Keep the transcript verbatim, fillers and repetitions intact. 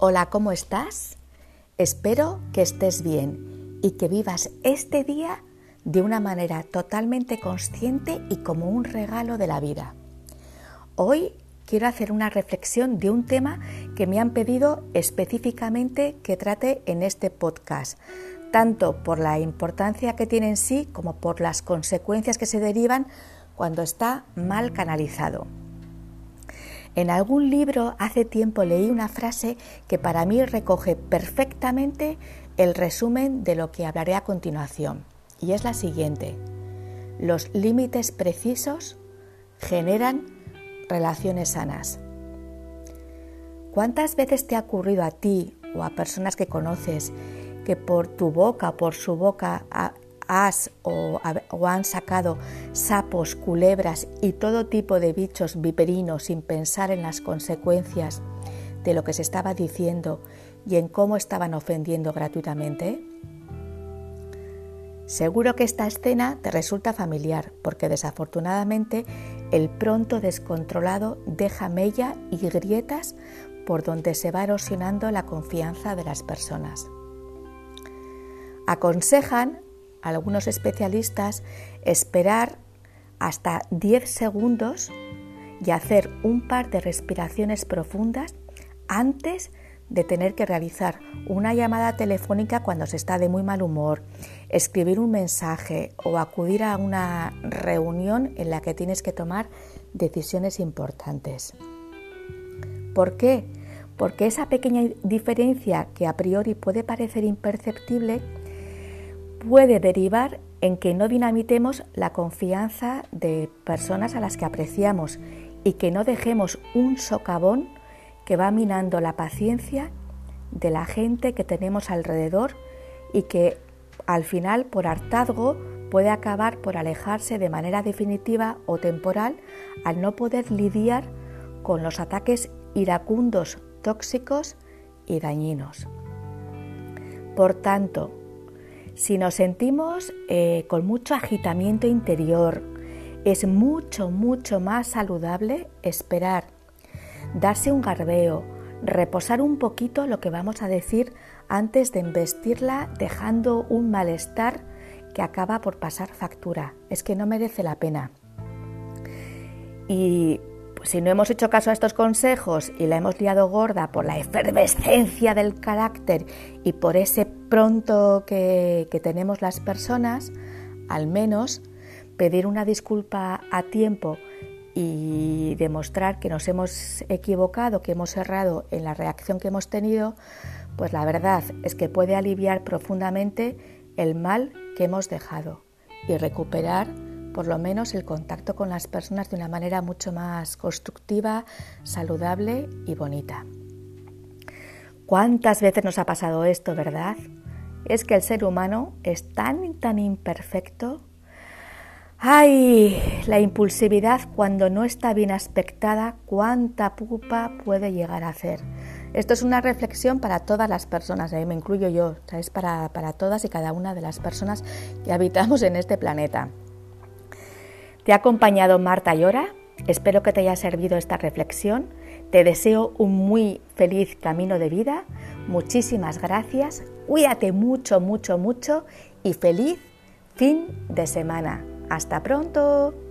Hola, ¿cómo estás? Espero que estés bien y que vivas este día de una manera totalmente consciente y como un regalo de la vida. Hoy quiero hacer una reflexión de un tema que me han pedido específicamente que trate en este podcast, tanto por la importancia que tiene en sí como por las consecuencias que se derivan cuando está mal canalizado. En algún libro hace tiempo leí una frase que para mí recoge perfectamente el resumen de lo que hablaré a continuación, y es la siguiente: los límites precisos generan relaciones sanas. ¿Cuántas veces te ha ocurrido a ti o a personas que conoces que por tu boca o por su boca has o, o han sacado sapos, culebras y todo tipo de bichos viperinos sin pensar en las consecuencias de lo que se estaba diciendo y en cómo estaban ofendiendo gratuitamente? Seguro que esta escena te resulta familiar, porque desafortunadamente el pronto descontrolado deja mella y grietas por donde se va erosionando la confianza de las personas. Aconsejan algunos especialistas esperar hasta diez segundos y hacer un par de respiraciones profundas antes de tener que realizar una llamada telefónica cuando se está de muy mal humor, escribir un mensaje o acudir a una reunión en la que tienes que tomar decisiones importantes. ¿Por qué? Porque esa pequeña diferencia que a priori puede parecer imperceptible puede derivar en que no dinamitemos la confianza de personas a las que apreciamos y que no dejemos un socavón que va minando la paciencia de la gente que tenemos alrededor y que al final, por hartazgo, puede acabar por alejarse de manera definitiva o temporal al no poder lidiar con los ataques iracundos, tóxicos y dañinos. Por tanto, si nos sentimos eh, con mucho agitamiento interior, es mucho, mucho más saludable esperar, darse un garbeo, reposar un poquito lo que vamos a decir antes de embestirla dejando un malestar que acaba por pasar factura. Es que no merece la pena. Y pues, si no hemos hecho caso a estos consejos y la hemos liado gorda por la efervescencia del carácter y por ese pronto que, que tenemos las personas, al menos pedir una disculpa a tiempo y demostrar que nos hemos equivocado, que hemos errado en la reacción que hemos tenido, pues la verdad es que puede aliviar profundamente el mal que hemos dejado y recuperar por lo menos el contacto con las personas de una manera mucho más constructiva, saludable y bonita. ¿Cuántas veces nos ha pasado esto, verdad? Es que el ser humano es tan, tan imperfecto. ¡Ay! La impulsividad, cuando no está bien aspectada, cuánta pupa puede llegar a hacer. Esto es una reflexión para todas las personas, ¿eh? Me incluyo yo, ¿sabes? Para, para todas y cada una de las personas que habitamos en este planeta. Te ha acompañado Marta Llora. Espero que te haya servido esta reflexión. Te deseo un muy feliz camino de vida. Muchísimas gracias. Cuídate mucho, mucho, mucho y feliz fin de semana. ¡Hasta pronto!